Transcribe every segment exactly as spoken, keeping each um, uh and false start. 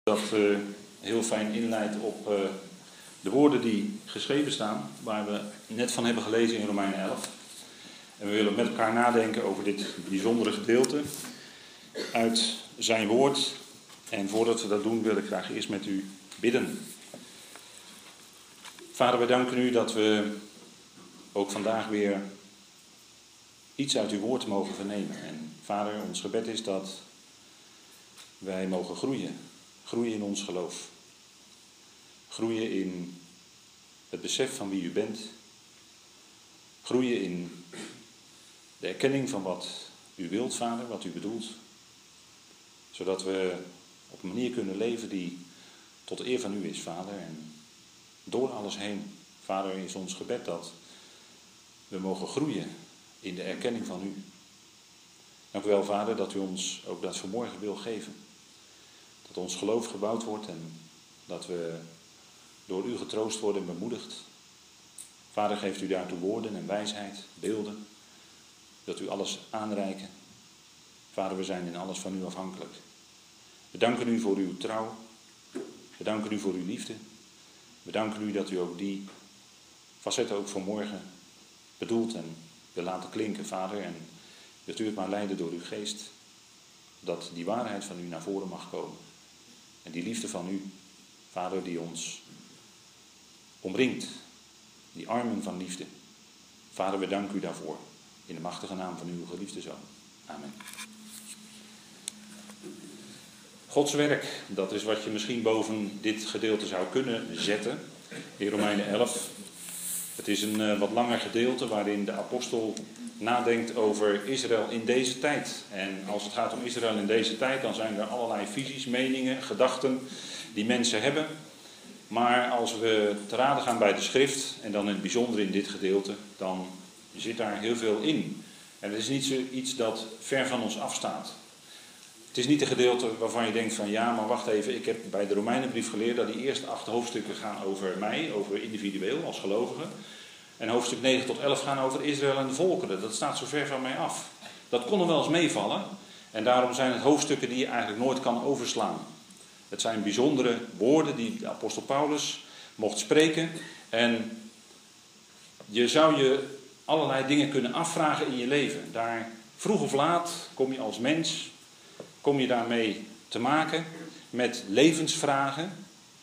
Dat uh, heel fijn inleidt op uh, de woorden die geschreven staan, waar we net van hebben gelezen in Romeinen elf. En we willen met elkaar nadenken over dit bijzondere gedeelte uit zijn woord. En voordat we dat doen, wil ik graag eerst met u bidden. Vader, wij danken u dat we ook vandaag weer iets uit uw woord mogen vernemen. En Vader, ons gebed is dat wij mogen groeien. Groeien in ons geloof. Groeien in het besef van wie u bent. Groeien in de erkenning van wat u wilt, Vader, wat u bedoelt. Zodat we op een manier kunnen leven die tot eer van u is, Vader. En door alles heen, Vader, is ons gebed dat we mogen groeien in de erkenning van u. Dank u wel, Vader, dat u ons ook dat vanmorgen wil geven. Dat ons geloof gebouwd wordt en dat we door u getroost worden en bemoedigd. Vader, geeft u daartoe woorden en wijsheid, beelden. Dat u alles aanreiken. Vader, we zijn in alles van u afhankelijk. We danken u voor uw trouw. We danken u voor uw liefde. We danken u dat u ook die facetten ook voor morgen bedoelt en wil laten klinken, Vader. En dat u het maar leiden door uw geest. Dat die waarheid van u naar voren mag komen. En die liefde van u, Vader, die ons omringt. Die armen van liefde. Vader, we danken u daarvoor. In de machtige naam van uw geliefde Zoon. Amen. Gods werk, dat is wat je misschien boven dit gedeelte zou kunnen zetten. In Romeinen elf. Het is een uh, wat langer gedeelte waarin de apostel nadenkt over Israël in deze tijd. En als het gaat om Israël in deze tijd, dan zijn er allerlei visies, meningen, gedachten die mensen hebben. Maar als we te raden gaan bij de schrift, en dan in het bijzonder in dit gedeelte, dan zit daar heel veel in. En het is niet zoiets dat ver van ons afstaat. Het is niet een gedeelte waarvan je denkt van ja, maar wacht even, ik heb bij de Romeinenbrief geleerd dat die eerste acht hoofdstukken gaan over mij, over individueel als gelovige. En hoofdstuk negen tot elf gaan over Israël en de volkeren. Dat staat zo ver van mij af. Dat kon er wel eens meevallen. En daarom zijn het hoofdstukken die je eigenlijk nooit kan overslaan. Het zijn bijzondere woorden die de apostel Paulus mocht spreken. En je zou je allerlei dingen kunnen afvragen in je leven. Daar vroeg of laat kom je als mens, kom je daarmee te maken met levensvragen.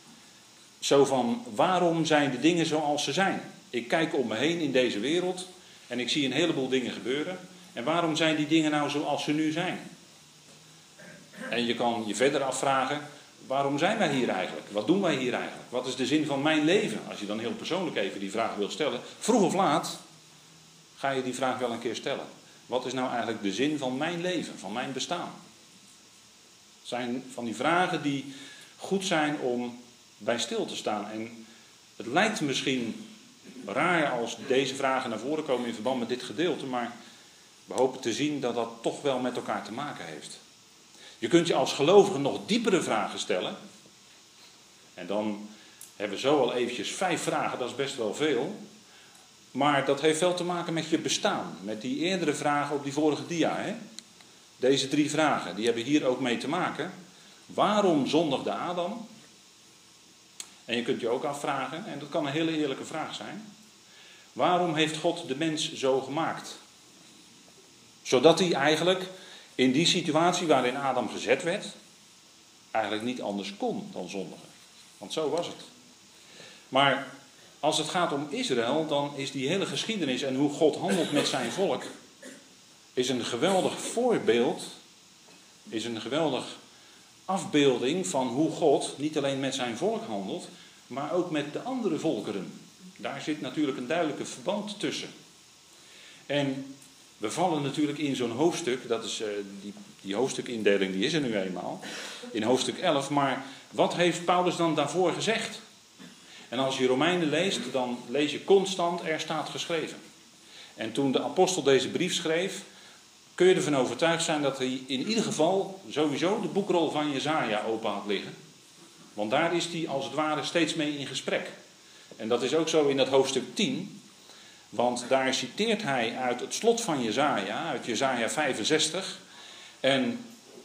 Zo van, waarom zijn de dingen zoals ze zijn? Ik kijk om me heen in deze wereld en ik zie een heleboel dingen gebeuren. En waarom zijn die dingen nou zoals ze nu zijn? En je kan je verder afvragen, waarom zijn wij hier eigenlijk? Wat doen wij hier eigenlijk? Wat is de zin van mijn leven? Als je dan heel persoonlijk even die vraag wil stellen. Vroeg of laat ga je die vraag wel een keer stellen. Wat is nou eigenlijk de zin van mijn leven, van mijn bestaan? Het zijn van die vragen die goed zijn om bij stil te staan. En het lijkt misschien raar als deze vragen naar voren komen in verband met dit gedeelte, maar we hopen te zien dat dat toch wel met elkaar te maken heeft. Je kunt je als gelovige nog diepere vragen stellen. En dan hebben we zo al eventjes vijf vragen, dat is best wel veel. Maar dat heeft wel te maken met je bestaan. Met die eerdere vragen op die vorige dia. Hè? Deze drie vragen, die hebben hier ook mee te maken. Waarom zondigde Adam? En je kunt je ook afvragen, en dat kan een hele eerlijke vraag zijn. Waarom heeft God de mens zo gemaakt? Zodat hij eigenlijk in die situatie waarin Adam gezet werd, eigenlijk niet anders kon dan zondigen. Want zo was het. Maar als het gaat om Israël, dan is die hele geschiedenis en hoe God handelt met zijn volk, is een geweldig voorbeeld, is een geweldig afbeelding van hoe God niet alleen met zijn volk handelt, maar ook met de andere volkeren. Daar zit natuurlijk een duidelijke verband tussen. En we vallen natuurlijk in zo'n hoofdstuk, dat is uh, die, die hoofdstukindeling, die is er nu eenmaal, in hoofdstuk elf, maar wat heeft Paulus dan daarvoor gezegd? En als je Romeinen leest, dan lees je constant, er staat geschreven. En toen de apostel deze brief schreef, kun je ervan overtuigd zijn dat hij in ieder geval sowieso de boekrol van Jesaja open had liggen. Want daar is hij als het ware steeds mee in gesprek. En dat is ook zo in dat hoofdstuk tien. Want daar citeert hij uit het slot van Jesaja, uit Jesaja vijfenzestig. En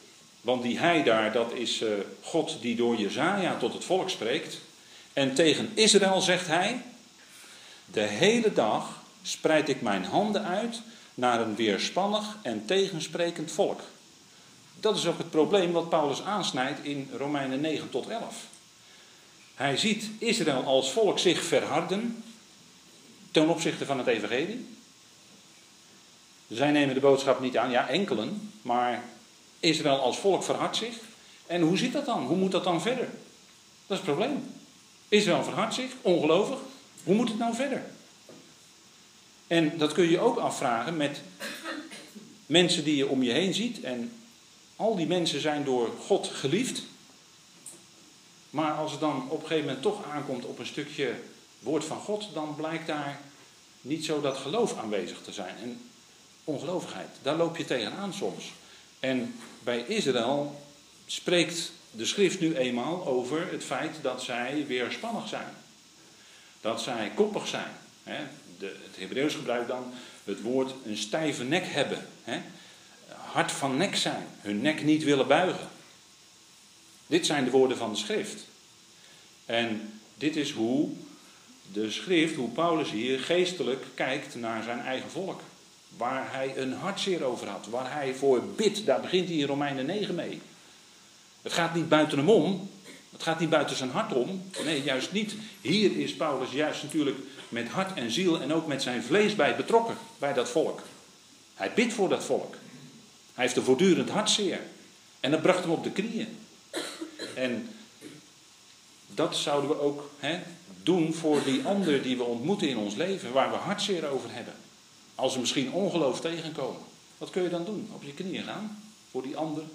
Want die hij daar, dat is uh, God die door Jesaja tot het volk spreekt. En tegen Israël zegt hij: de hele dag spreid ik mijn handen uit naar een weerspannig en tegensprekend volk. Dat is ook het probleem wat Paulus aansnijdt in Romeinen negen tot elf. Hij ziet Israël als volk zich verharden ten opzichte van het evangelie. Zij nemen de boodschap niet aan, ja enkelen, maar Israël als volk verhardt zich. En hoe zit dat dan? Hoe moet dat dan verder? Dat is het probleem. Israël verhardt zich, ongelovig. Hoe moet het nou verder? En dat kun je ook afvragen met mensen die je om je heen ziet. En al die mensen zijn door God geliefd. Maar als het dan op een gegeven moment toch aankomt op een stukje woord van God, dan blijkt daar niet zo dat geloof aanwezig te zijn. En ongelovigheid, daar loop je tegenaan soms. En bij Israël spreekt de schrift nu eenmaal over het feit dat zij weerspannig zijn. Dat zij koppig zijn. Hè? De, het Hebreeuws gebruikt dan het woord een stijve nek hebben. Hè? Hard van nek zijn. Hun nek niet willen buigen. Dit zijn de woorden van de schrift. En dit is hoe de schrift, hoe Paulus hier geestelijk kijkt naar zijn eigen volk. Waar hij een hartzeer over had. Waar hij voor bidt. Daar begint hij in Romeinen negen mee. Het gaat niet buiten hem om. Het gaat niet buiten zijn hart om. Nee, juist niet. Hier is Paulus juist natuurlijk met hart en ziel en ook met zijn vlees bij betrokken. Bij dat volk. Hij bidt voor dat volk. Hij heeft een voortdurend hartzeer. En dat bracht hem op de knieën. En dat zouden we ook hè, doen voor die anderen die we ontmoeten in ons leven. Waar we hartzeer over hebben. Als we misschien ongeloof tegenkomen. Wat kun je dan doen? Op je knieën gaan? Voor die anderen?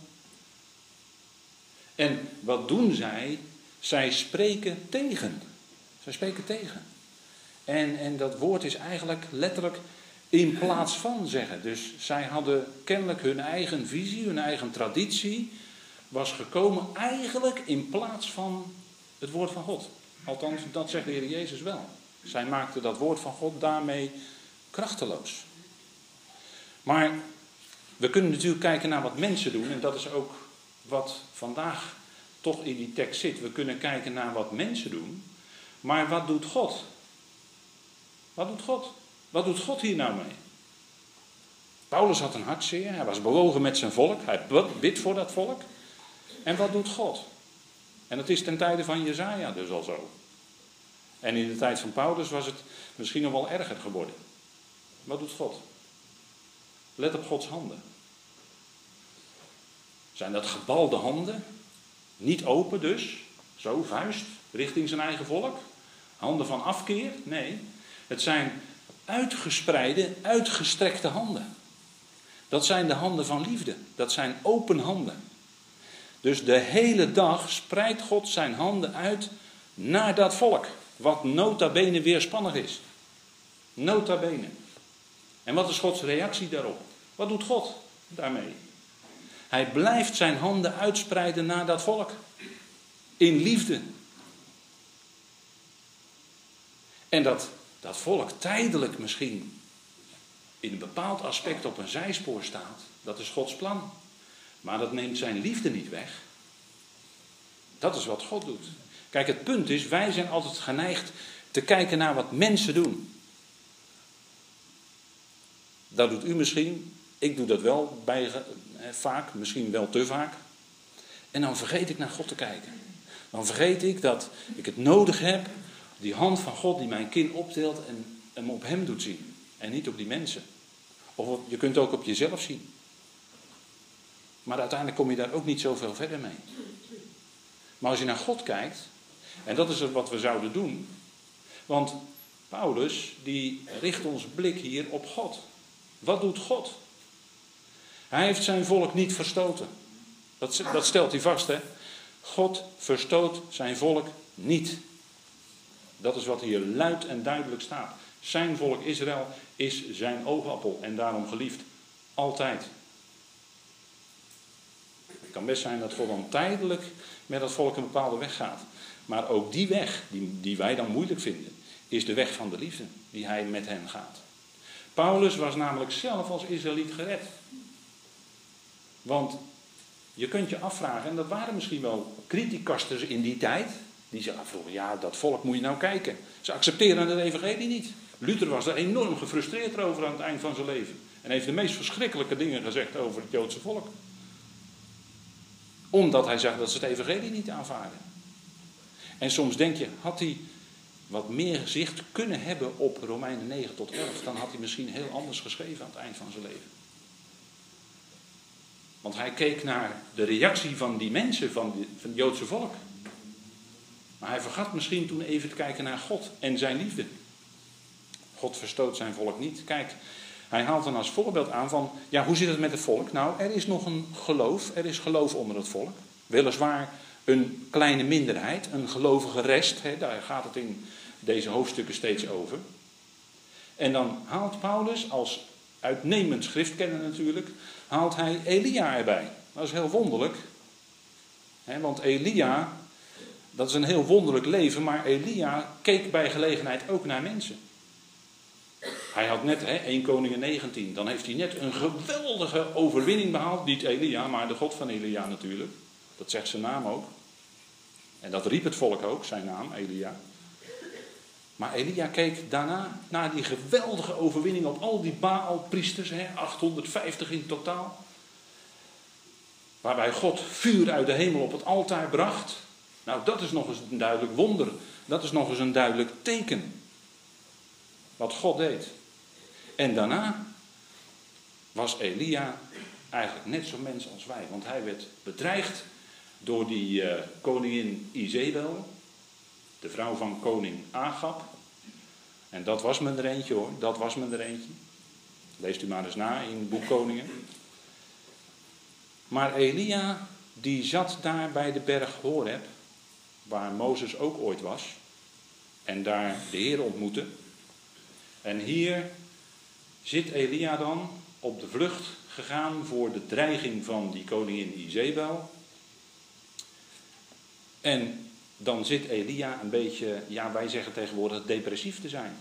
En wat doen zij? Zij spreken tegen. Zij spreken tegen. En, en dat woord is eigenlijk letterlijk in plaats van zeggen. Dus zij hadden kennelijk hun eigen visie, hun eigen traditie. Was gekomen eigenlijk in plaats van het woord van God. Althans, dat zegt de Heer Jezus wel. Zij maakten dat woord van God daarmee krachteloos. Maar we kunnen natuurlijk kijken naar wat mensen doen. En dat is ook wat vandaag toch in die tekst zit. We kunnen kijken naar wat mensen doen. Maar wat doet God? Wat doet God? Wat doet God hier nou mee? Paulus had een hartzeer. Hij was bewogen met zijn volk. Hij bidt voor dat volk. En wat doet God? En dat is ten tijde van Jesaja dus al zo. En in de tijd van Paulus was het misschien nog wel erger geworden. Wat doet God? Let op Gods handen. Zijn dat gebalde handen? Niet open dus. Zo, vuist, richting zijn eigen volk. Handen van afkeer? Nee. Het zijn uitgespreide, uitgestrekte handen. Dat zijn de handen van liefde. Dat zijn open handen. Dus de hele dag spreidt God zijn handen uit naar dat volk. Wat nota bene weerspannig is. Nota bene. En wat is Gods reactie daarop? Wat doet God daarmee? Hij blijft zijn handen uitspreiden naar dat volk. In liefde. En dat, dat volk tijdelijk misschien in een bepaald aspect op een zijspoor staat. Dat is Gods plan. Maar dat neemt zijn liefde niet weg. Dat is wat God doet. Kijk, het punt is, wij zijn altijd geneigd te kijken naar wat mensen doen. Dat doet u misschien. Ik doe dat wel bij, eh, vaak, misschien wel te vaak. En dan vergeet ik naar God te kijken. Dan vergeet ik dat ik het nodig heb, die hand van God die mijn kin optilt en hem op hem doet zien. En niet op die mensen. Of op, je kunt ook op jezelf zien. Maar uiteindelijk kom je daar ook niet zoveel verder mee. Maar als je naar God kijkt, en dat is wat we zouden doen. Want Paulus, die richt ons blik hier op God. Wat doet God? Hij heeft zijn volk niet verstoten. Dat, dat stelt hij vast, hè. God verstoot zijn volk niet. Dat is wat hier luid en duidelijk staat. Zijn volk Israël is zijn oogappel en daarom geliefd. Altijd. Het kan best zijn dat God dan tijdelijk met dat volk een bepaalde weg gaat. Maar ook die weg, die, die wij dan moeilijk vinden, is de weg van de liefde die hij met hen gaat. Paulus was namelijk zelf als Israëliet gered. Want je kunt je afvragen, en dat waren misschien wel criticasters in die tijd, die zich afvroegen, ja, dat volk moet je nou kijken. Ze accepteren het evangelie niet. Luther was er enorm gefrustreerd over aan het eind van zijn leven. En heeft de meest verschrikkelijke dingen gezegd over het Joodse volk. Omdat hij zag dat ze het evangelie niet aanvaarden. En soms denk je, had hij wat meer zicht kunnen hebben op Romeinen negen tot elf, dan had hij misschien heel anders geschreven aan het eind van zijn leven. Want hij keek naar de reactie van die mensen, van, die, van het Joodse volk. Maar hij vergat misschien toen even te kijken naar God en zijn liefde. God verstoot zijn volk niet. Kijk, hij haalt dan als voorbeeld aan van, ja, hoe zit het met het volk? Nou, er is nog een geloof, er is geloof onder het volk. Weliswaar een kleine minderheid, een gelovige rest, hè, daar gaat het in deze hoofdstukken steeds over. En dan haalt Paulus, als uitnemend schriftkenner natuurlijk, haalt hij Elia erbij. Dat is heel wonderlijk. Hè, want Elia, dat is een heel wonderlijk leven, maar Elia keek bij gelegenheid ook naar mensen. Hij had net, hè, Eerste Koningen negentien, dan heeft hij net een geweldige overwinning behaald. Niet Elia, maar de God van Elia natuurlijk. Dat zegt zijn naam ook. En dat riep het volk ook, zijn naam, Elia. Maar Elia keek daarna naar die geweldige overwinning op al die Baal-priesters, hè, achthonderdvijftig in totaal. Waarbij God vuur uit de hemel op het altaar bracht. Nou, dat is nog eens een duidelijk wonder. Dat is nog eens een duidelijk teken. Wat God deed. En daarna was Elia eigenlijk net zo'n mens als wij. Want hij werd bedreigd door die uh, koningin Izebel. De vrouw van koning Agab. En dat was me er eentje hoor. Dat was me er eentje. Leest u maar eens na in het boek Koningen. Maar Elia, die zat daar bij de berg Horeb. Waar Mozes ook ooit was. En daar de Heer ontmoette. En hier zit Elia dan op de vlucht gegaan voor de dreiging van die koningin Izebel. En dan zit Elia een beetje, ja, wij zeggen tegenwoordig depressief te zijn.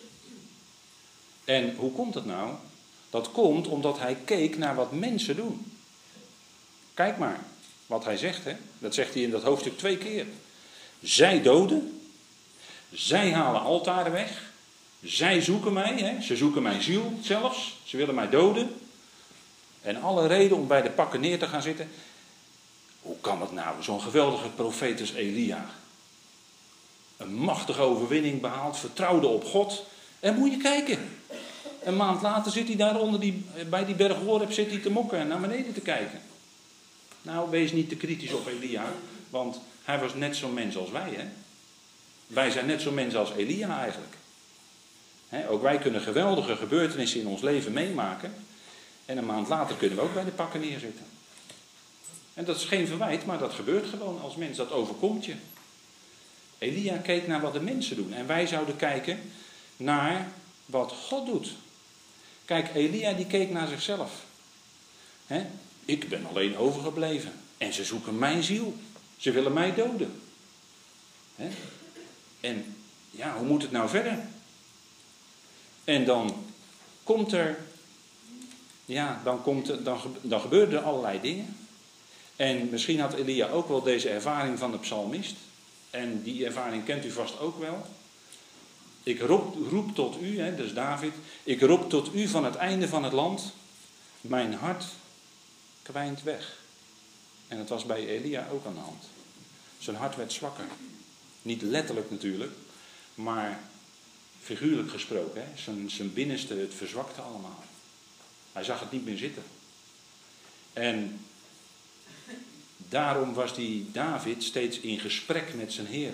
En hoe komt dat nou? Dat komt omdat hij keek naar wat mensen doen. Kijk maar wat hij zegt, hè? Dat zegt hij in dat hoofdstuk twee keer. Zij doden, zij halen altaren weg. Zij zoeken mij, hè? Ze zoeken mijn ziel zelfs. Ze willen mij doden. En alle reden om bij de pakken neer te gaan zitten. Hoe kan het nou? Zo'n geweldige profeet als Elia. Een machtige overwinning behaald, vertrouwde op God. En moet je kijken. Een maand later zit hij daar onder die, bij die berg Horeb zit hij te mokken en naar beneden te kijken. Nou, wees niet te kritisch op Elia. Want hij was net zo'n mens als wij, hè. Wij zijn net zo'n mens als Elia eigenlijk. He, ook wij kunnen geweldige gebeurtenissen in ons leven meemaken. En een maand later kunnen we ook bij de pakken neerzitten. En dat is geen verwijt, maar dat gebeurt gewoon als mens. Dat overkomt je. Elia keek naar wat de mensen doen. En wij zouden kijken naar wat God doet. Kijk, Elia die keek naar zichzelf. He, ik ben alleen overgebleven. En ze zoeken mijn ziel. Ze willen mij doden. He? En ja, hoe moet het nou verder? En dan komt er, ja, dan, komt er, dan, dan gebeuren er allerlei dingen. En misschien had Elia ook wel deze ervaring van de psalmist. En die ervaring kent u vast ook wel. Ik roep, roep tot u, hè, dus David. Ik roep tot u van het einde van het land. Mijn hart kwijnt weg. En dat was bij Elia ook aan de hand. Zijn hart werd zwakker. Niet letterlijk natuurlijk, maar figuurlijk gesproken. Hè? Zijn, zijn binnenste, het verzwakte allemaal. Hij zag het niet meer zitten. En daarom was die David steeds in gesprek met zijn Heer.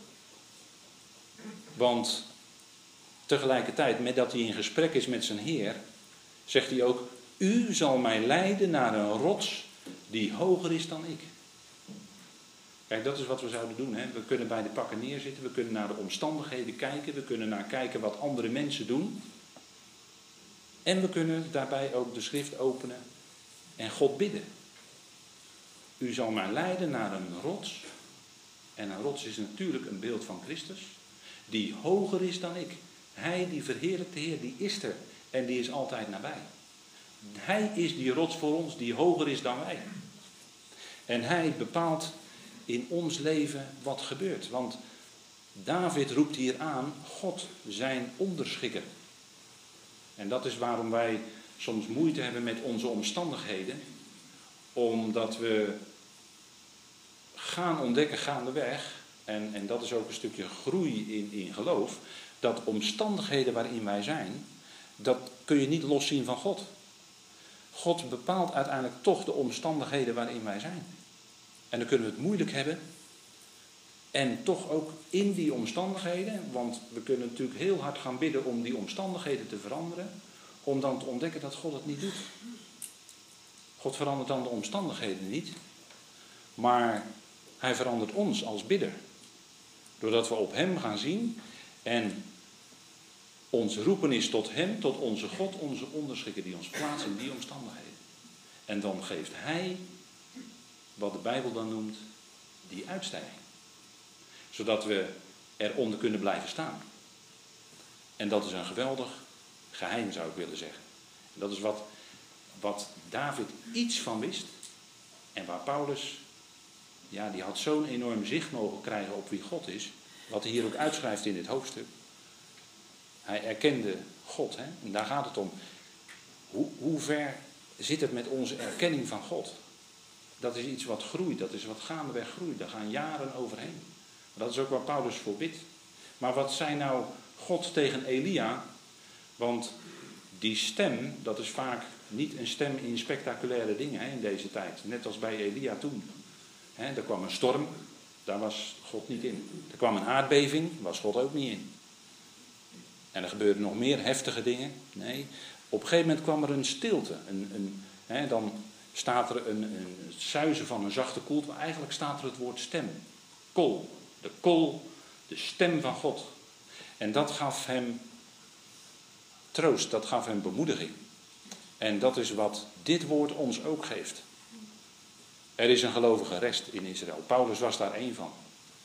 Want tegelijkertijd, met dat hij in gesprek is met zijn Heer, zegt hij ook, u zal mij leiden naar een rots die hoger is dan ik. Kijk, dat is wat we zouden doen. Hè? We kunnen bij de pakken neerzitten, we kunnen naar de omstandigheden kijken, we kunnen naar kijken wat andere mensen doen. En we kunnen daarbij ook de schrift openen en God bidden. U zal mij leiden naar een rots. En een rots is natuurlijk een beeld van Christus, die hoger is dan ik. Hij, die verheerlijkte Heer, die is er en die is altijd nabij. Hij is die rots voor ons die hoger is dan wij. En hij bepaalt in ons leven wat gebeurt. Want David roept hier aan God zijn onderschikker. En dat is waarom wij soms moeite hebben met onze omstandigheden. Omdat we gaan ontdekken gaandeweg. En, en dat is ook een stukje groei in, in geloof. Dat omstandigheden waarin wij zijn, dat kun je niet loszien van God. God bepaalt uiteindelijk toch de omstandigheden waarin wij zijn. En dan kunnen we het moeilijk hebben. En toch ook in die omstandigheden, want we kunnen natuurlijk heel hard gaan bidden om die omstandigheden te veranderen. Om dan te ontdekken dat God het niet doet. God verandert dan de omstandigheden niet. Maar hij verandert ons als bidder. Doordat we op hem gaan zien en ons roepen is tot hem, tot onze God, onze onderschikker die ons plaatst in die omstandigheden. En dan geeft hij, wat de Bijbel dan noemt, die uitstijging. Zodat we eronder kunnen blijven staan. En dat is een geweldig geheim, zou ik willen zeggen. En dat is wat, wat David iets van wist. En waar Paulus, ja, die had zo'n enorm zicht mogen krijgen op wie God is. Wat hij hier ook uitschrijft in dit hoofdstuk. Hij erkende God. Hè? En daar gaat het om. Hoe, hoe ver zit het met onze erkenning van God? Dat is iets wat groeit. Dat is wat gaandeweg groeit. Daar gaan jaren overheen. Dat is ook waar Paulus voor bidt. Maar wat zei nou God tegen Elia? Want die stem, dat is vaak niet een stem in spectaculaire dingen hè, in deze tijd. Net als bij Elia toen. Hè, er kwam een storm, daar was God niet in. Er kwam een aardbeving, was God ook niet in. En er gebeurden nog meer heftige dingen. Nee, op een gegeven moment kwam er een stilte. Een, een, hè, dan staat er een, een het suizen van een zachte koelte. Maar eigenlijk staat er het woord stem. Kol. De kol, de stem van God. En dat gaf hem troost, dat gaf hem bemoediging. En dat is wat dit woord ons ook geeft. Er is een gelovige rest in Israël. Paulus was daar één van.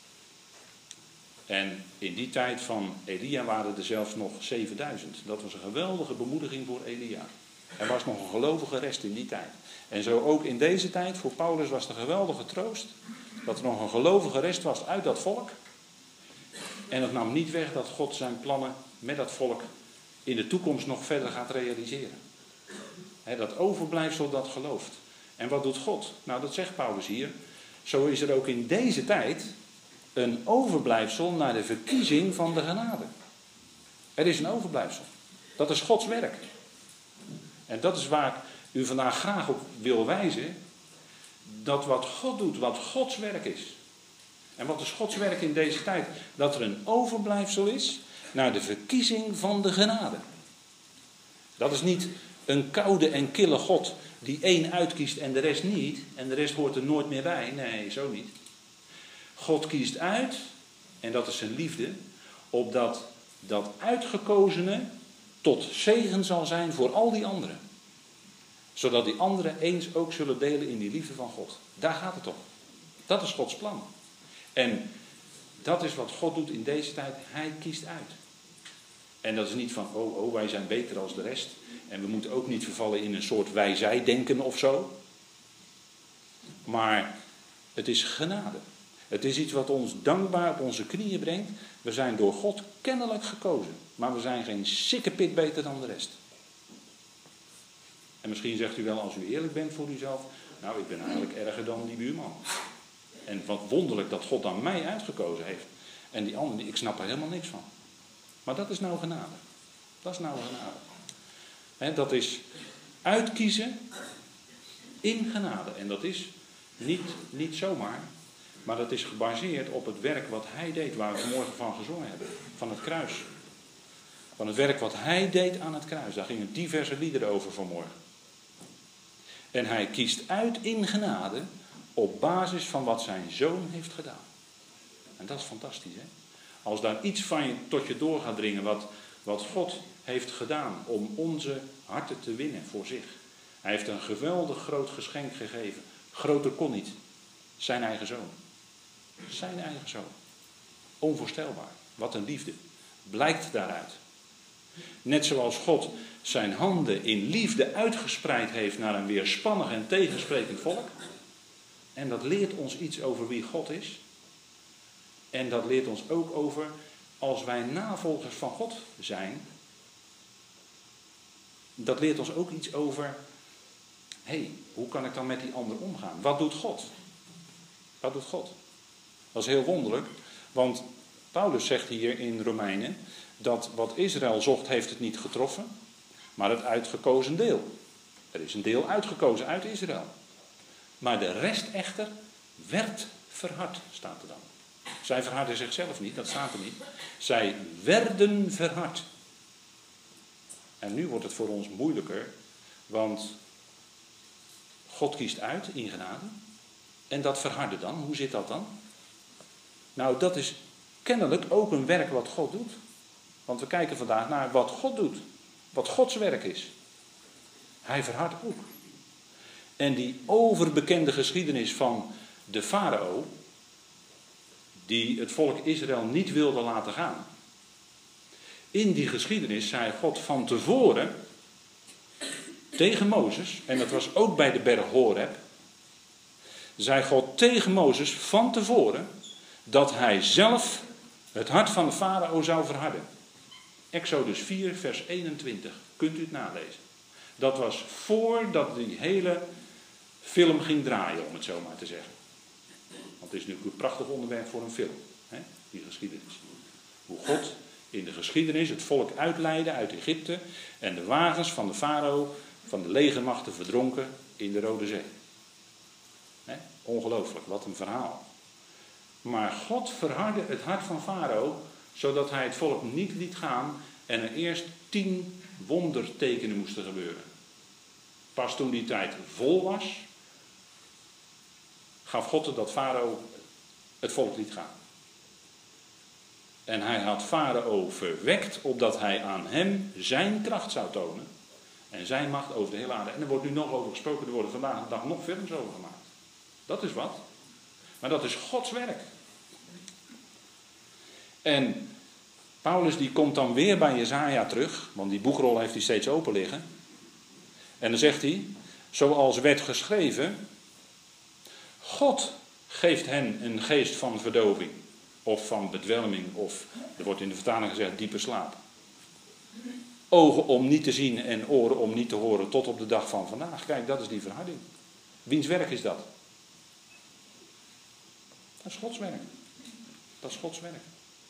En in die tijd van Elia waren er zelfs nog zevenduizend. Dat was een geweldige bemoediging voor Elia. Er was nog een gelovige rest in die tijd. En zo ook in deze tijd, voor Paulus was de geweldige troost. Dat er nog een gelovige rest was uit dat volk. En het nam niet weg dat God zijn plannen met dat volk in de toekomst nog verder gaat realiseren. He, dat overblijfsel dat gelooft. En wat doet God? Nou, dat zegt Paulus hier. Zo is er ook in deze tijd een overblijfsel naar de verkiezing van de genade. Er is een overblijfsel. Dat is Gods werk. En dat is waar ik u vandaag graag op wil wijzen. Dat wat God doet, wat Gods werk is. En wat is Gods werk in deze tijd? Dat er een overblijfsel is naar de verkiezing van de genade. Dat is niet een koude en kille God die één uitkiest en de rest niet. En de rest hoort er nooit meer bij. Nee, zo niet. God kiest uit, en dat is zijn liefde, opdat dat uitgekozene tot zegen zal zijn voor al die anderen. Zodat die anderen eens ook zullen delen in die liefde van God. Daar gaat het om. Dat is Gods plan. En dat is wat God doet in deze tijd. Hij kiest uit. En dat is niet van, oh, oh, wij zijn beter als de rest. En we moeten ook niet vervallen in een soort wij-zij-denken of zo. Maar het is genade. Het is iets wat ons dankbaar op onze knieën brengt. We zijn door God kennelijk gekozen. Maar we zijn geen sikkepit beter dan de rest. En misschien zegt u wel, als u eerlijk bent voor uzelf, nou, ik ben eigenlijk erger dan die buurman. En wat wonderlijk dat God dan mij uitgekozen heeft. En die anderen, ik snap er helemaal niks van. Maar dat is nou genade. Dat is nou genade. He, dat is uitkiezen in genade. En dat is niet, niet zomaar, maar dat is gebaseerd op het werk wat hij deed, waar we vanmorgen van gezongen hebben. Van het kruis. Van het werk wat hij deed aan het kruis. Daar gingen diverse liederen over vanmorgen. En hij kiest uit in genade op basis van wat zijn zoon heeft gedaan. En dat is fantastisch, hè? Als daar iets van je tot je door gaat dringen wat, wat God heeft gedaan om onze harten te winnen voor zich. Hij heeft een geweldig groot geschenk gegeven. Groter kon niet. Zijn eigen zoon. Zijn eigen zoon. Onvoorstelbaar. Wat een liefde. Blijkt daaruit. Net zoals God zijn handen in liefde uitgespreid heeft naar een weerspannig en tegensprekend volk. En dat leert ons iets over wie God is. En dat leert ons ook over, als wij navolgers van God zijn, dat leert ons ook iets over, hé, hey, hoe kan ik dan met die ander omgaan? Wat doet God? Wat doet God? Dat is heel wonderlijk, want Paulus zegt hier in Romeinen dat wat Israël zocht heeft het niet getroffen, maar het uitgekozen deel. Er is een deel uitgekozen uit Israël. Maar de rest echter werd verhard, staat er dan. Zij verharden zichzelf niet, dat staat er niet. Zij werden verhard. En nu wordt het voor ons moeilijker, want God kiest uit in genade. En dat verharden dan, hoe zit dat dan? Nou, dat is kennelijk ook een werk wat God doet. Want we kijken vandaag naar wat God doet. Wat Gods werk is. Hij verhardt ook. En die overbekende geschiedenis van de farao, die het volk Israël niet wilde laten gaan. In die geschiedenis zei God van tevoren tegen Mozes, en dat was ook bij de berg Horeb, zei God tegen Mozes van tevoren dat hij zelf het hart van de farao zou verharden. Exodus vier vers eenentwintig, kunt u het nalezen. Dat was voordat die hele film ging draaien, om het zo maar te zeggen. Want het is natuurlijk een prachtig onderwerp voor een film, hè? Die geschiedenis. Hoe God in de geschiedenis het volk uitleidde uit Egypte en de wagens van de farao, van de legermachten verdronken in de Rode Zee. Hè? Ongelooflijk, wat een verhaal. Maar God verhardde het hart van farao, zodat hij het volk niet liet gaan en er eerst tien wondertekenen moesten gebeuren. Pas toen die tijd vol was, gaf God het dat farao het volk liet gaan. En hij had farao verwekt, opdat hij aan hem zijn kracht zou tonen. En zijn macht over de hele aarde. En er wordt nu nog over gesproken, er worden vandaag de dag nog films over gemaakt. Dat is wat. Maar dat is Gods werk. En Paulus die komt dan weer bij Jesaja terug, want die boekrol heeft hij steeds open liggen. En dan zegt hij, zoals werd geschreven, God geeft hen een geest van verdoving, of van bedwelming, of, er wordt in de vertaling gezegd, diepe slaap. Ogen om niet te zien en oren om niet te horen tot op de dag van vandaag. Kijk, dat is die verharding. Wiens werk is dat? Dat is Gods werk. Dat is Gods werk.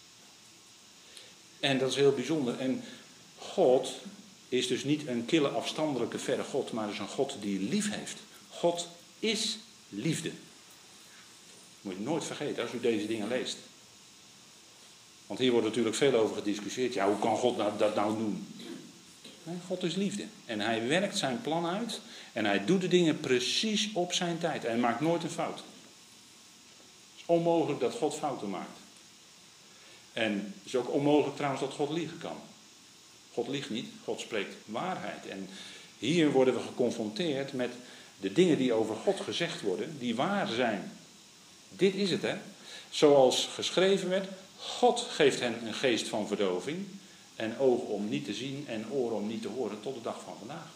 En dat is heel bijzonder. En God is dus niet een kille afstandelijke verre God, maar is een God die lief heeft. God is liefde. Moet je nooit vergeten als u deze dingen leest. Want hier wordt natuurlijk veel over gediscussieerd. Ja, hoe kan God nou, dat nou doen? Nee, God is liefde. En hij werkt zijn plan uit. En hij doet de dingen precies op zijn tijd. En hij maakt nooit een fout. Het is onmogelijk dat God fouten maakt. En het is ook onmogelijk trouwens dat God liegen kan. God liegt niet, God spreekt waarheid. En hier worden we geconfronteerd met de dingen die over God gezegd worden, die waar zijn. Dit is het, hè. Zoals geschreven werd, God geeft hen een geest van verdoving en ogen om niet te zien en oren om niet te horen tot de dag van vandaag.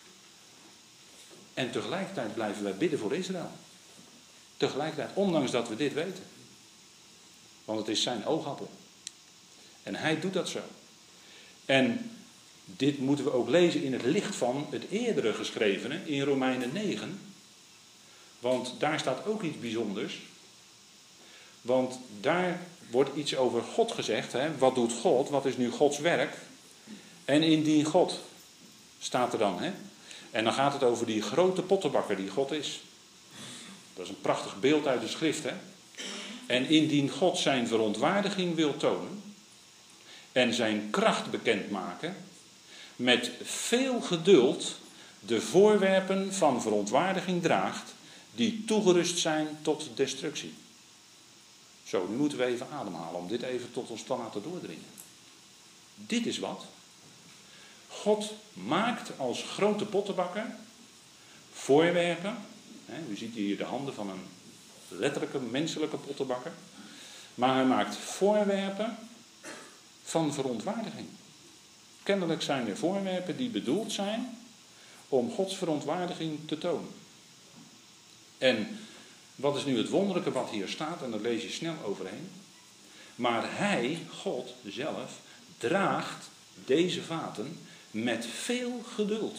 En tegelijkertijd blijven wij bidden voor Israël. Tegelijkertijd, ondanks dat we dit weten. Want het is zijn oogappel. En hij doet dat zo. En dit moeten we ook lezen in het licht van het eerdere geschrevene in Romeinen negen. Want daar staat ook iets bijzonders. Want daar wordt iets over God gezegd. Hè? Wat doet God? Wat is nu Gods werk? En indien God, staat er dan. Hè? En dan gaat het over die grote pottenbakker die God is. Dat is een prachtig beeld uit de schrift. Hè? En indien God zijn verontwaardiging wil tonen en zijn kracht bekendmaken, met veel geduld de voorwerpen van verontwaardiging draagt, die toegerust zijn tot destructie. Zo, nu moeten we even ademhalen om dit even tot ons te laten doordringen. Dit is wat. God maakt als grote pottenbakker voorwerpen. Hè, u ziet hier de handen van een letterlijke menselijke pottenbakker. Maar hij maakt voorwerpen van verontwaardiging. Kennelijk zijn er voorwerpen die bedoeld zijn om Gods verontwaardiging te tonen. En wat is nu het wonderlijke wat hier staat? En daar lees je snel overheen. Maar hij, God zelf, draagt deze vaten met veel geduld.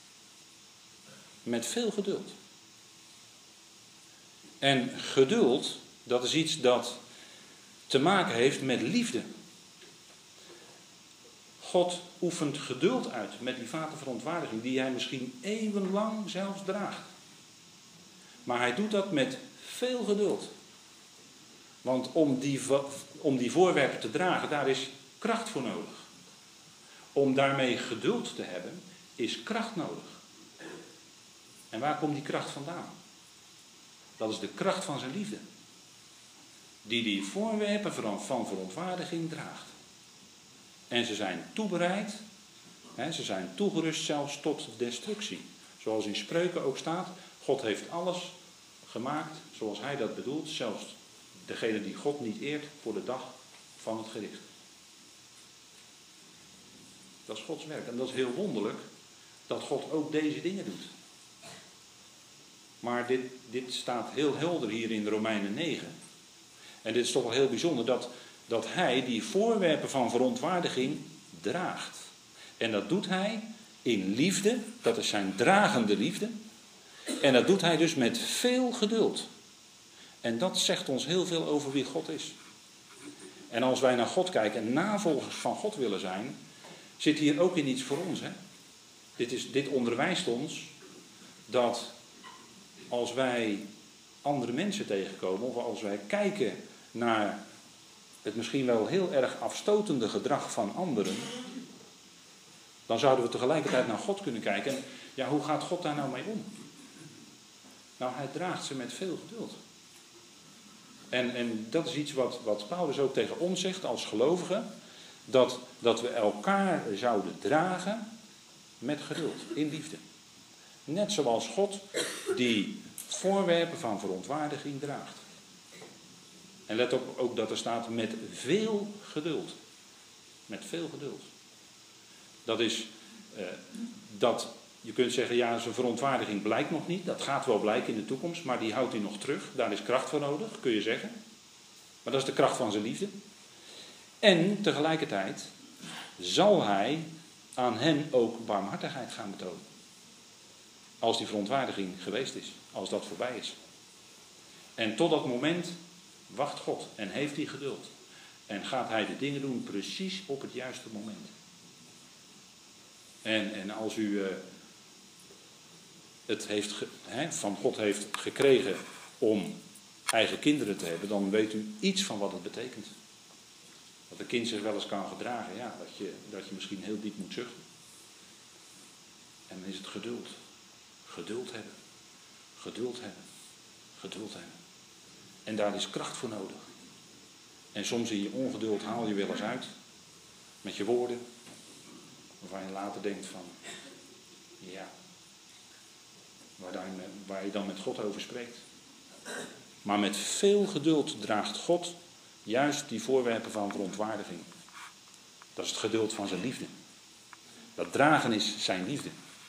Met veel geduld. En geduld, dat is iets dat te maken heeft met liefde. God oefent geduld uit met die vatenverontwaardiging die hij misschien eeuwenlang zelfs draagt. Maar hij doet dat met veel geduld. Want om die, om die voorwerpen te dragen, daar is kracht voor nodig. Om daarmee geduld te hebben, is kracht nodig. En waar komt die kracht vandaan? Dat is de kracht van zijn liefde. Die die voorwerpen van verontwaardiging draagt. En ze zijn toebereid, hè, ze zijn toegerust zelfs tot destructie. Zoals in Spreuken ook staat, God heeft alles gemaakt zoals hij dat bedoelt. Zelfs degene die God niet eert voor de dag van het gericht. Dat is Gods werk. En dat is heel wonderlijk dat God ook deze dingen doet. Maar dit, dit staat heel helder hier in Romeinen negen. En dit is toch wel heel bijzonder dat, dat hij die voorwerpen van verontwaardiging draagt. En dat doet hij in liefde, dat is zijn dragende liefde. En dat doet hij dus met veel geduld. En dat zegt ons heel veel over wie God is. En als wij naar God kijken en navolgers van God willen zijn, zit hier ook in iets voor ons. Hè? Dit, is, dit onderwijst ons dat als wij andere mensen tegenkomen, of als wij kijken naar het misschien wel heel erg afstotende gedrag van anderen, dan zouden we tegelijkertijd naar God kunnen kijken. En ja, hoe gaat God daar nou mee om? Nou, hij draagt ze met veel geduld. En, en dat is iets wat, wat Paulus ook tegen ons zegt als gelovigen. Dat, dat we elkaar zouden dragen met geduld, in liefde. Net zoals God die voorwerpen van verontwaardiging draagt. En let op ook dat er staat met veel geduld. Met veel geduld. Dat is, uh, dat, je kunt zeggen, ja, zijn verontwaardiging blijkt nog niet. Dat gaat wel blijken in de toekomst, maar die houdt hij nog terug. Daar is kracht voor nodig, kun je zeggen. Maar dat is de kracht van zijn liefde. En tegelijkertijd zal hij aan hen ook barmhartigheid gaan betonen. Als die verontwaardiging geweest is, als dat voorbij is. En tot dat moment wacht God en heeft hij geduld. En gaat hij de dingen doen precies op het juiste moment. En, en als u uh, het heeft ge, hè, van God heeft gekregen om eigen kinderen te hebben, dan weet u iets van wat het betekent. Dat een kind zich wel eens kan gedragen, ja, dat je, dat je misschien heel diep moet zuchten. En dan is het geduld. Geduld hebben. Geduld hebben. Geduld hebben. En daar is kracht voor nodig. En soms in je ongeduld haal je wel eens uit. Met je woorden. Waarvan je later denkt van, ja, waar, daar, waar je dan met God over spreekt. Maar met veel geduld draagt God juist die voorwerpen van verontwaardiging. Dat is het geduld van zijn liefde. Dat dragen is zijn liefde.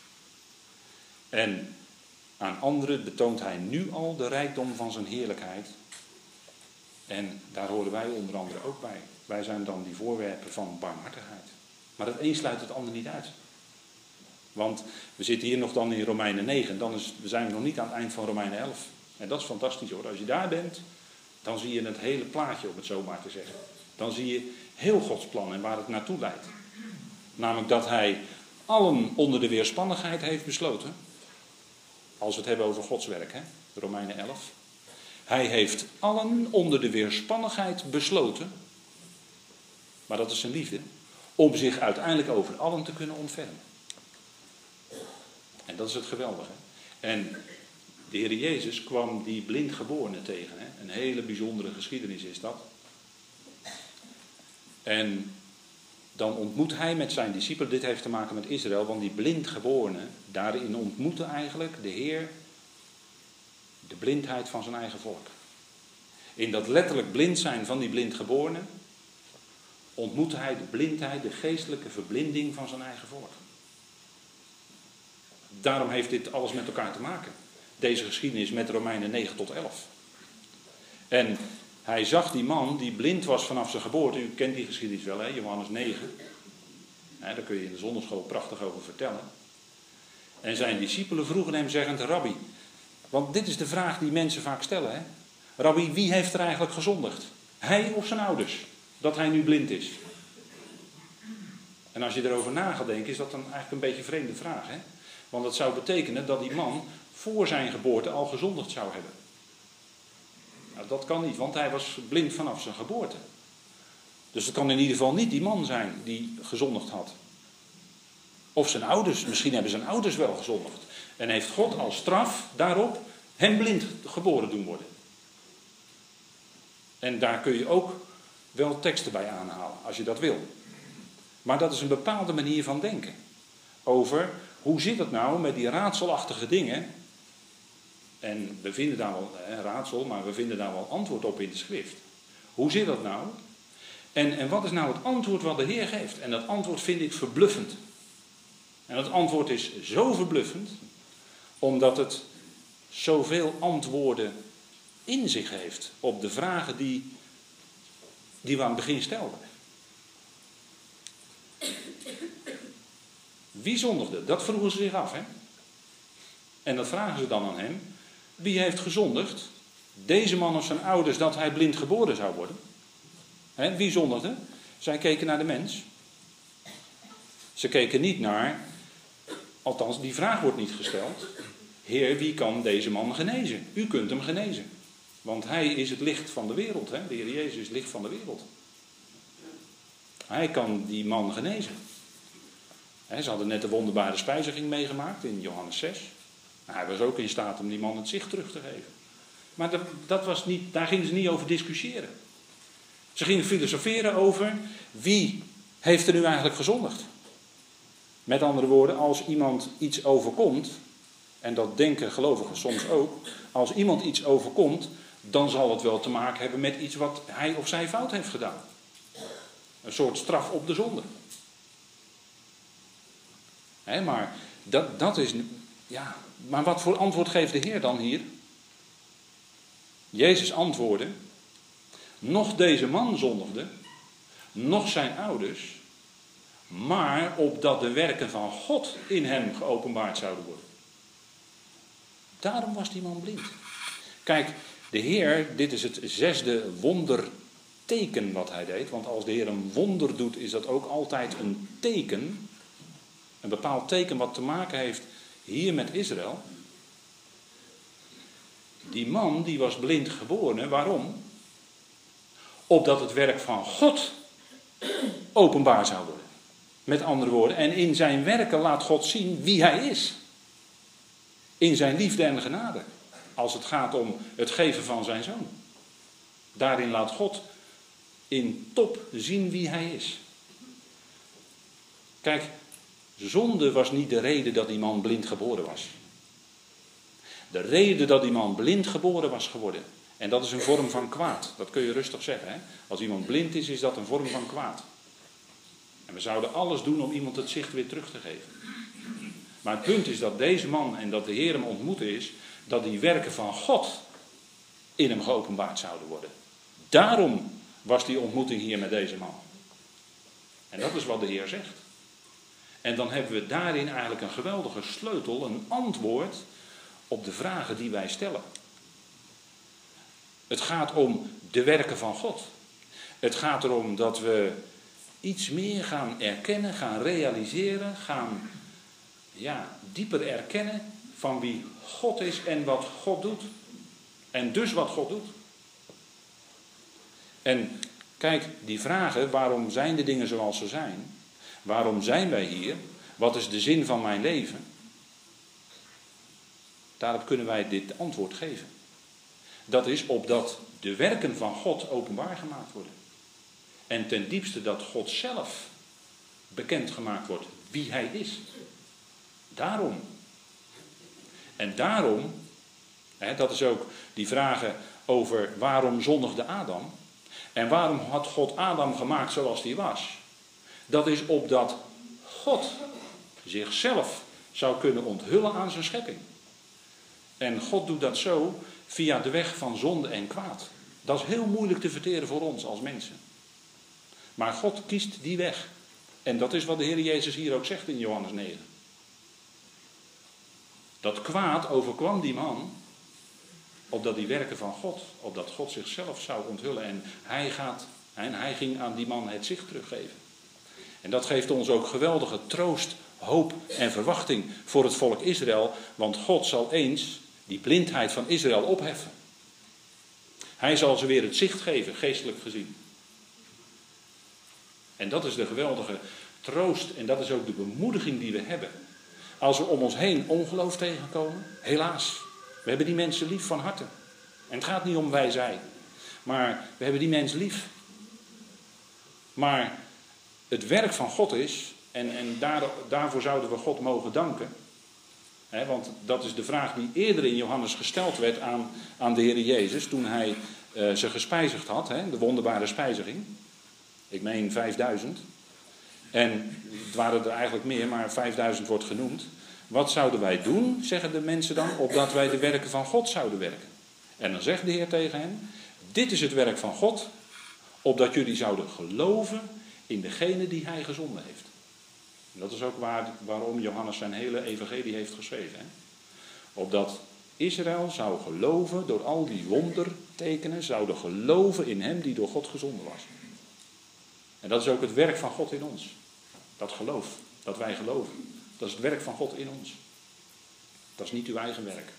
En aan anderen betoont hij nu al de rijkdom van zijn heerlijkheid. En daar horen wij onder andere ook bij. Wij zijn dan die voorwerpen van barmhartigheid. Maar het een sluit het ander niet uit. Want we zitten hier nog dan in Romeinen negen. Dan is, we zijn nog niet aan het eind van Romeinen elf. En dat is fantastisch hoor. Als je daar bent, dan zie je het hele plaatje, om het zo maar te zeggen. Dan zie je heel Gods plan en waar het naartoe leidt. Namelijk dat hij allen onder de weerspannigheid heeft besloten. Als we het hebben over Gods werk, hè? Romeinen elf. Hij heeft allen onder de weerspannigheid besloten. Maar dat is zijn liefde. Om zich uiteindelijk over allen te kunnen ontfermen. En dat is het geweldige. En de Heer Jezus kwam die blindgeborene tegen. Hè? Een hele bijzondere geschiedenis is dat. En dan ontmoet hij met zijn discipelen, dit heeft te maken met Israël, want die blindgeborene, daarin ontmoette eigenlijk de Heer de blindheid van zijn eigen volk. In dat letterlijk blind zijn van die blindgeborene ontmoette hij de blindheid, de geestelijke verblinding van zijn eigen volk. Daarom heeft dit alles met elkaar te maken. Deze geschiedenis met Romeinen negen tot elf. En hij zag die man die blind was vanaf zijn geboorte. U kent die geschiedenis wel, hè? Johannes negen. Ja, daar kun je in de zondagschool prachtig over vertellen. En zijn discipelen vroegen hem zeggend, Rabbi, want dit is de vraag die mensen vaak stellen, hè? Rabbi, wie heeft er eigenlijk gezondigd? Hij of zijn ouders? Dat hij nu blind is. En als je erover na gaat denken, is dat dan eigenlijk een beetje een vreemde vraag, hè? Want dat zou betekenen dat die man voor zijn geboorte al gezondigd zou hebben. Nou, dat kan niet, want hij was blind vanaf zijn geboorte. Dus het kan in ieder geval niet die man zijn die gezondigd had. Of zijn ouders, misschien hebben zijn ouders wel gezondigd. En heeft God als straf daarop hem blind geboren doen worden. En daar kun je ook wel teksten bij aanhalen, als je dat wil. Maar dat is een bepaalde manier van denken. Over hoe zit het nou met die raadselachtige dingen. En we vinden daar wel eh, raadsel, maar we vinden daar wel antwoord op in de schrift. Hoe zit dat nou? En, en wat is nou het antwoord wat de Heer geeft? En dat antwoord vind ik verbluffend. En dat antwoord is zo verbluffend, omdat het zoveel antwoorden in zich heeft op de vragen die, die we aan het begin stelden. Wie zondigde? Dat vroegen ze zich af, hè? En dat vragen ze dan aan hem. Wie heeft gezondigd? Deze man of zijn ouders dat hij blind geboren zou worden? Hè? Wie zondigde? Zij keken naar de mens. Ze keken niet naar, althans die vraag wordt niet gesteld. Heer, wie kan deze man genezen? U kunt hem genezen. Want hij is het licht van de wereld. Hè? De Heer Jezus is het licht van de wereld. Hij kan die man genezen. He, ze hadden net de wonderbare spijziging meegemaakt in Johannes zes. Hij was ook in staat om die man het zicht terug te geven. Maar dat, dat was niet, daar gingen ze niet over discussiëren. Ze gingen filosoferen over wie heeft er nu eigenlijk gezondigd. Met andere woorden, als iemand iets overkomt, en dat denken gelovigen soms ook, als iemand iets overkomt, dan zal het wel te maken hebben met iets wat hij of zij fout heeft gedaan. Een soort straf op de zonde. He, maar dat, dat is. Ja, maar wat voor antwoord geeft de Heer dan hier? Jezus antwoordde. Nog deze man zondigde. Nog zijn ouders. Maar opdat de werken van God in hem geopenbaard zouden worden. Daarom was die man blind. Kijk, de Heer, dit is het zesde wonderteken wat hij deed. Want als de Heer een wonder doet, is dat ook altijd een teken. Een bepaald teken wat te maken heeft hier met Israël. Die man die was blind geboren. Waarom? Opdat het werk van God openbaar zou worden. Met andere woorden. En in zijn werken laat God zien wie hij is. In zijn liefde en genade. Als het gaat om het geven van zijn zoon. Daarin laat God in top zien wie hij is. Kijk. Zonde was niet de reden dat die man blind geboren was. De reden dat die man blind geboren was geworden. En dat is een vorm van kwaad. Dat kun je rustig zeggen. Hè? Als iemand blind is, is dat een vorm van kwaad. En we zouden alles doen om iemand het zicht weer terug te geven. Maar het punt is dat deze man en dat de Heer hem ontmoeten is, dat die werken van God in hem geopenbaard zouden worden. Daarom was die ontmoeting hier met deze man. En dat is wat de Heer zegt. En dan hebben we daarin eigenlijk een geweldige sleutel, een antwoord op de vragen die wij stellen. Het gaat om de werken van God. Het gaat erom dat we iets meer gaan erkennen, gaan realiseren, gaan ja, dieper erkennen van wie God is en wat God doet. En dus wat God doet. En kijk, die vragen, waarom zijn de dingen zoals ze zijn? Waarom zijn wij hier? Wat is de zin van mijn leven? Daarop kunnen wij dit antwoord geven. Dat is opdat de werken van God openbaar gemaakt worden. En ten diepste dat God zelf bekendgemaakt wordt wie hij is. Daarom. En daarom, hè, dat is ook die vragen over waarom zondigde Adam. En waarom had God Adam gemaakt zoals hij was. Dat is opdat God zichzelf zou kunnen onthullen aan zijn schepping. En God doet dat zo via de weg van zonde en kwaad. Dat is heel moeilijk te verteren voor ons als mensen. Maar God kiest die weg. En dat is wat de Heer Jezus hier ook zegt in Johannes negen. Dat kwaad overkwam die man, opdat die werken van God, opdat God zichzelf zou onthullen. En hij, gaat, en hij ging aan die man het zicht teruggeven. En dat geeft ons ook geweldige troost, hoop en verwachting voor het volk Israël. Want God zal eens die blindheid van Israël opheffen. Hij zal ze weer het zicht geven, geestelijk gezien. En dat is de geweldige troost en dat is ook de bemoediging die we hebben. Als we om ons heen ongeloof tegenkomen, helaas, we hebben die mensen lief van harte. En het gaat niet om wij zij, maar we hebben die mensen lief. Maar het werk van God is, en, en daar, daarvoor zouden we God mogen danken. Hè, want dat is de vraag die eerder in Johannes gesteld werd aan, aan de Heer Jezus toen hij uh, ze gespijzigd had, hè, de wonderbare spijziging. Ik meen vijfduizend. En het waren er eigenlijk meer, maar vijfduizend wordt genoemd. Wat zouden wij doen, zeggen de mensen dan, opdat wij de werken van God zouden werken? En dan zegt de Heer tegen hen, dit is het werk van God, opdat jullie zouden geloven in degene die hij gezonden heeft. En dat is ook waar, waarom Johannes zijn hele evangelie heeft geschreven. Hè? Opdat Israël zou geloven, door al die wondertekenen, zouden geloven in hem die door God gezonden was. En dat is ook het werk van God in ons. Dat geloof, dat wij geloven. Dat is het werk van God in ons. Dat is niet uw eigen werk.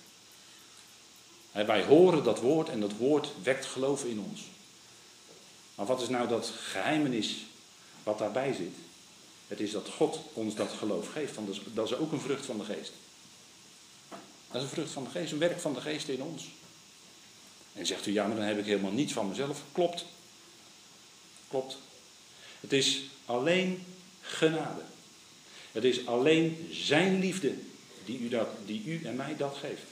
He, wij horen dat woord en dat woord wekt geloof in ons. Maar wat is nou dat geheimenis wat daarbij zit? Het is dat God ons dat geloof geeft. Want dat is, dat is ook een vrucht van de geest. Dat is een vrucht van de geest, een werk van de geest in ons. En zegt u, ja, maar dan heb ik helemaal niets van mezelf. Klopt. Klopt. Het is alleen genade. Het is alleen zijn liefde die u, dat, die u en mij dat geeft.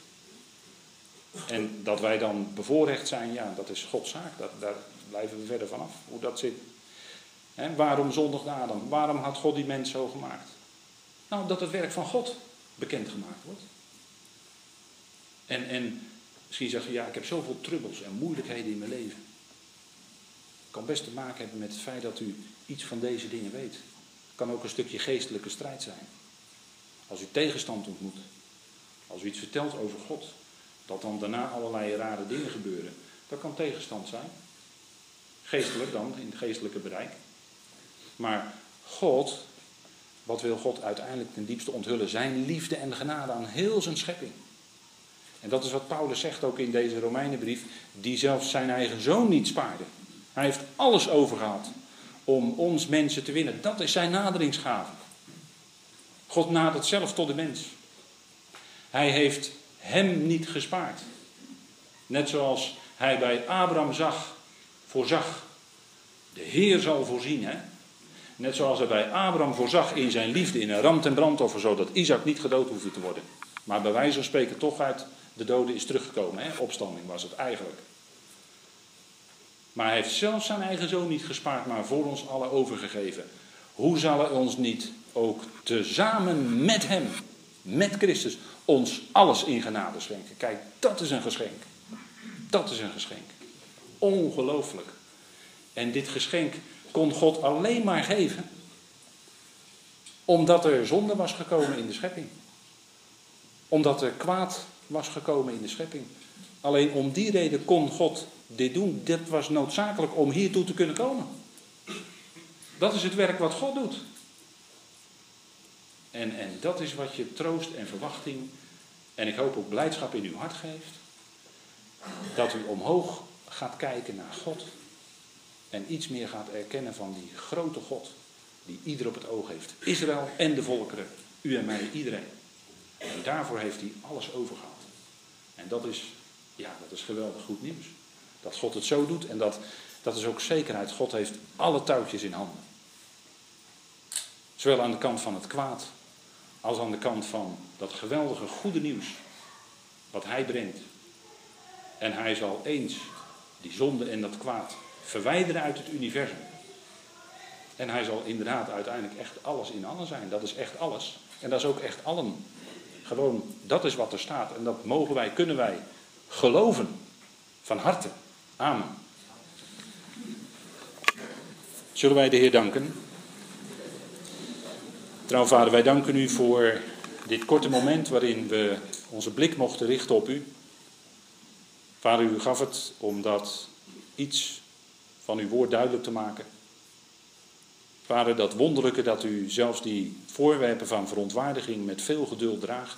En dat wij dan bevoorrecht zijn, ja, dat is Gods zaak. Dat, daar blijven we verder vanaf, hoe dat zit. He, waarom zondigde Adam? Waarom had God die mens zo gemaakt? Nou, dat het werk van God bekendgemaakt wordt. En, en misschien zeg je, ja, ik heb zoveel trubbels en moeilijkheden in mijn leven. Het kan best te maken hebben met het feit dat u iets van deze dingen weet. Het kan ook een stukje geestelijke strijd zijn. Als u tegenstand ontmoet. Als u iets vertelt over God. Dat dan daarna allerlei rare dingen gebeuren. Dat kan tegenstand zijn. Geestelijk dan, in het geestelijke bereik. Maar God, wat wil God uiteindelijk ten diepste onthullen? Zijn liefde en genade aan heel zijn schepping. En dat is wat Paulus zegt ook in deze Romeinenbrief. Die zelfs zijn eigen zoon niet spaarde. Hij heeft alles overgehaald om ons mensen te winnen. Dat is zijn naderingsgave. God nadert zelf tot de mens. Hij heeft hem niet gespaard. Net zoals hij bij Abraham zag, voorzag. De Heer zal voorzien. Hè? Net zoals hij bij Abraham voorzag in zijn liefde, in een ram- en brandoffer, zodat Isaac niet gedood hoefde te worden. Maar bij wijze van spreken toch uit de doden is teruggekomen. Hè? Opstanding was het eigenlijk. Maar hij heeft zelfs zijn eigen zoon niet gespaard, maar voor ons allen overgegeven. Hoe zal hij ons niet ook tezamen met hem, met Christus, ons alles in genade schenken? Kijk, dat is een geschenk. Dat is een geschenk. Ongelooflijk. En dit geschenk kon God alleen maar geven, omdat er zonde was gekomen in de schepping. Omdat er kwaad was gekomen in de schepping. Alleen om die reden kon God dit doen. Dit was noodzakelijk om hiertoe te kunnen komen. Dat is het werk wat God doet. En, en dat is wat je troost en verwachting en ik hoop ook blijdschap in uw hart geeft. Dat u omhoog gaat kijken naar God. En iets meer gaat erkennen van die grote God. Die ieder op het oog heeft. Israël en de volkeren. U en mij, iedereen. En daarvoor heeft hij alles overgehaald. En dat is, ja, dat is geweldig goed nieuws. Dat God het zo doet. En dat, dat is ook zekerheid. God heeft alle touwtjes in handen. Zowel aan de kant van het kwaad. Als aan de kant van dat geweldige goede nieuws. Wat hij brengt. En hij zal eens die zonde en dat kwaad verwijderen uit het universum. En hij zal inderdaad uiteindelijk echt alles in allen zijn. Dat is echt alles. En dat is ook echt allen. Gewoon, dat is wat er staat. En dat mogen wij, kunnen wij geloven. Van harte. Amen. Zullen wij de Heer danken? Trouw Vader, wij danken u voor dit korte moment waarin we onze blik mochten richten op u. Vader, u gaf het om dat iets van uw woord duidelijk te maken. Vader, dat wonderlijke dat u zelfs die voorwerpen van verontwaardiging met veel geduld draagt.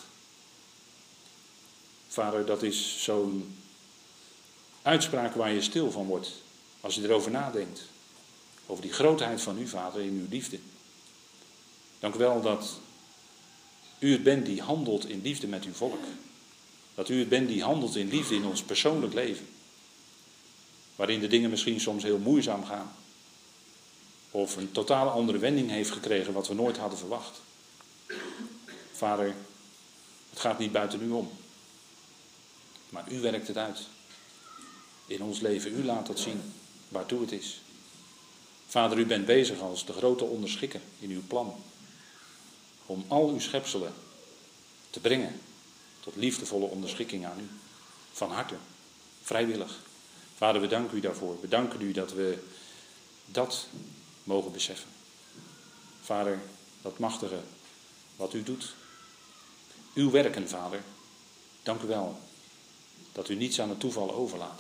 Vader, dat is zo'n uitspraak waar je stil van wordt als je erover nadenkt. Over die grootheid van u, Vader, in uw liefde. Dank u wel dat u het bent die handelt in liefde met uw volk. Dat u het bent die handelt in liefde in ons persoonlijk leven. Waarin de dingen misschien soms heel moeizaam gaan. Of een totaal andere wending heeft gekregen wat we nooit hadden verwacht. Vader, het gaat niet buiten u om. Maar u werkt het uit. In ons leven, u laat het zien waartoe het is. Vader, u bent bezig als de grote onderschikker in uw plan. Om al uw schepselen te brengen tot liefdevolle onderschikking aan u. Van harte, vrijwillig. Vader, we danken u daarvoor. We danken u dat we dat mogen beseffen. Vader, dat machtige wat u doet. Uw werken, Vader. Dank u wel dat u niets aan het toeval overlaat.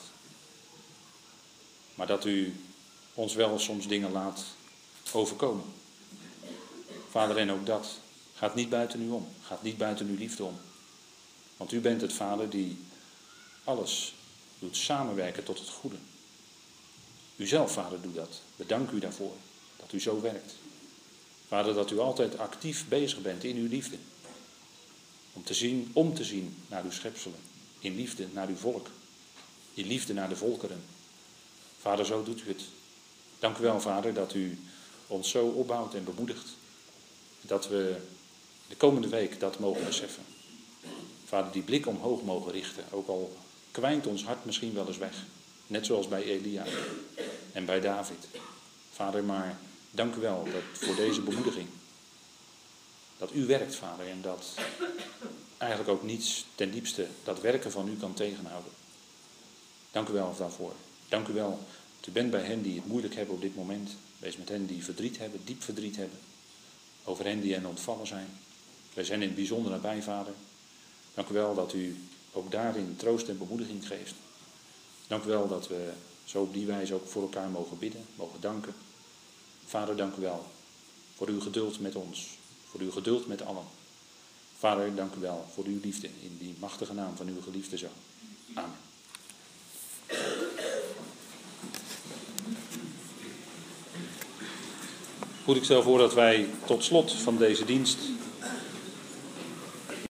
Maar dat u ons wel soms dingen laat overkomen. Vader, en ook dat gaat niet buiten u om. Gaat niet buiten uw liefde om. Want u bent het, Vader, die alles doet samenwerken tot het goede. U zelf, Vader, doet dat. We danken u daarvoor. Dat u zo werkt. Vader, dat u altijd actief bezig bent in uw liefde. Om te zien, om te zien naar uw schepselen. In liefde naar uw volk. In liefde naar de volkeren. Vader, zo doet u het. Dank u wel, Vader, dat u ons zo opbouwt en bemoedigt. Dat we de komende week dat mogen beseffen. Vader, die blik omhoog mogen richten. Ook al kwijnt ons hart misschien wel eens weg. Net zoals bij Elia en bij David. Vader, maar dank u wel dat, voor deze bemoediging. Dat u werkt, Vader, en dat eigenlijk ook niets ten diepste dat werken van u kan tegenhouden. Dank u wel daarvoor. Dank u wel dat u bent bij hen die het moeilijk hebben op dit moment. Wees met hen die verdriet hebben, diep verdriet hebben. Over hen die hen ontvallen zijn. Wij zijn in het bijzonder nabij, Vader. Dank u wel dat u ook daarin troost en bemoediging geeft. Dank u wel dat we zo op die wijze ook voor elkaar mogen bidden, mogen danken. Vader, dank u wel voor uw geduld met ons, voor uw geduld met allen. Vader, dank u wel voor uw liefde in die machtige naam van uw geliefde Zoon. Amen. Goed, ik stel voor dat wij tot slot van deze dienst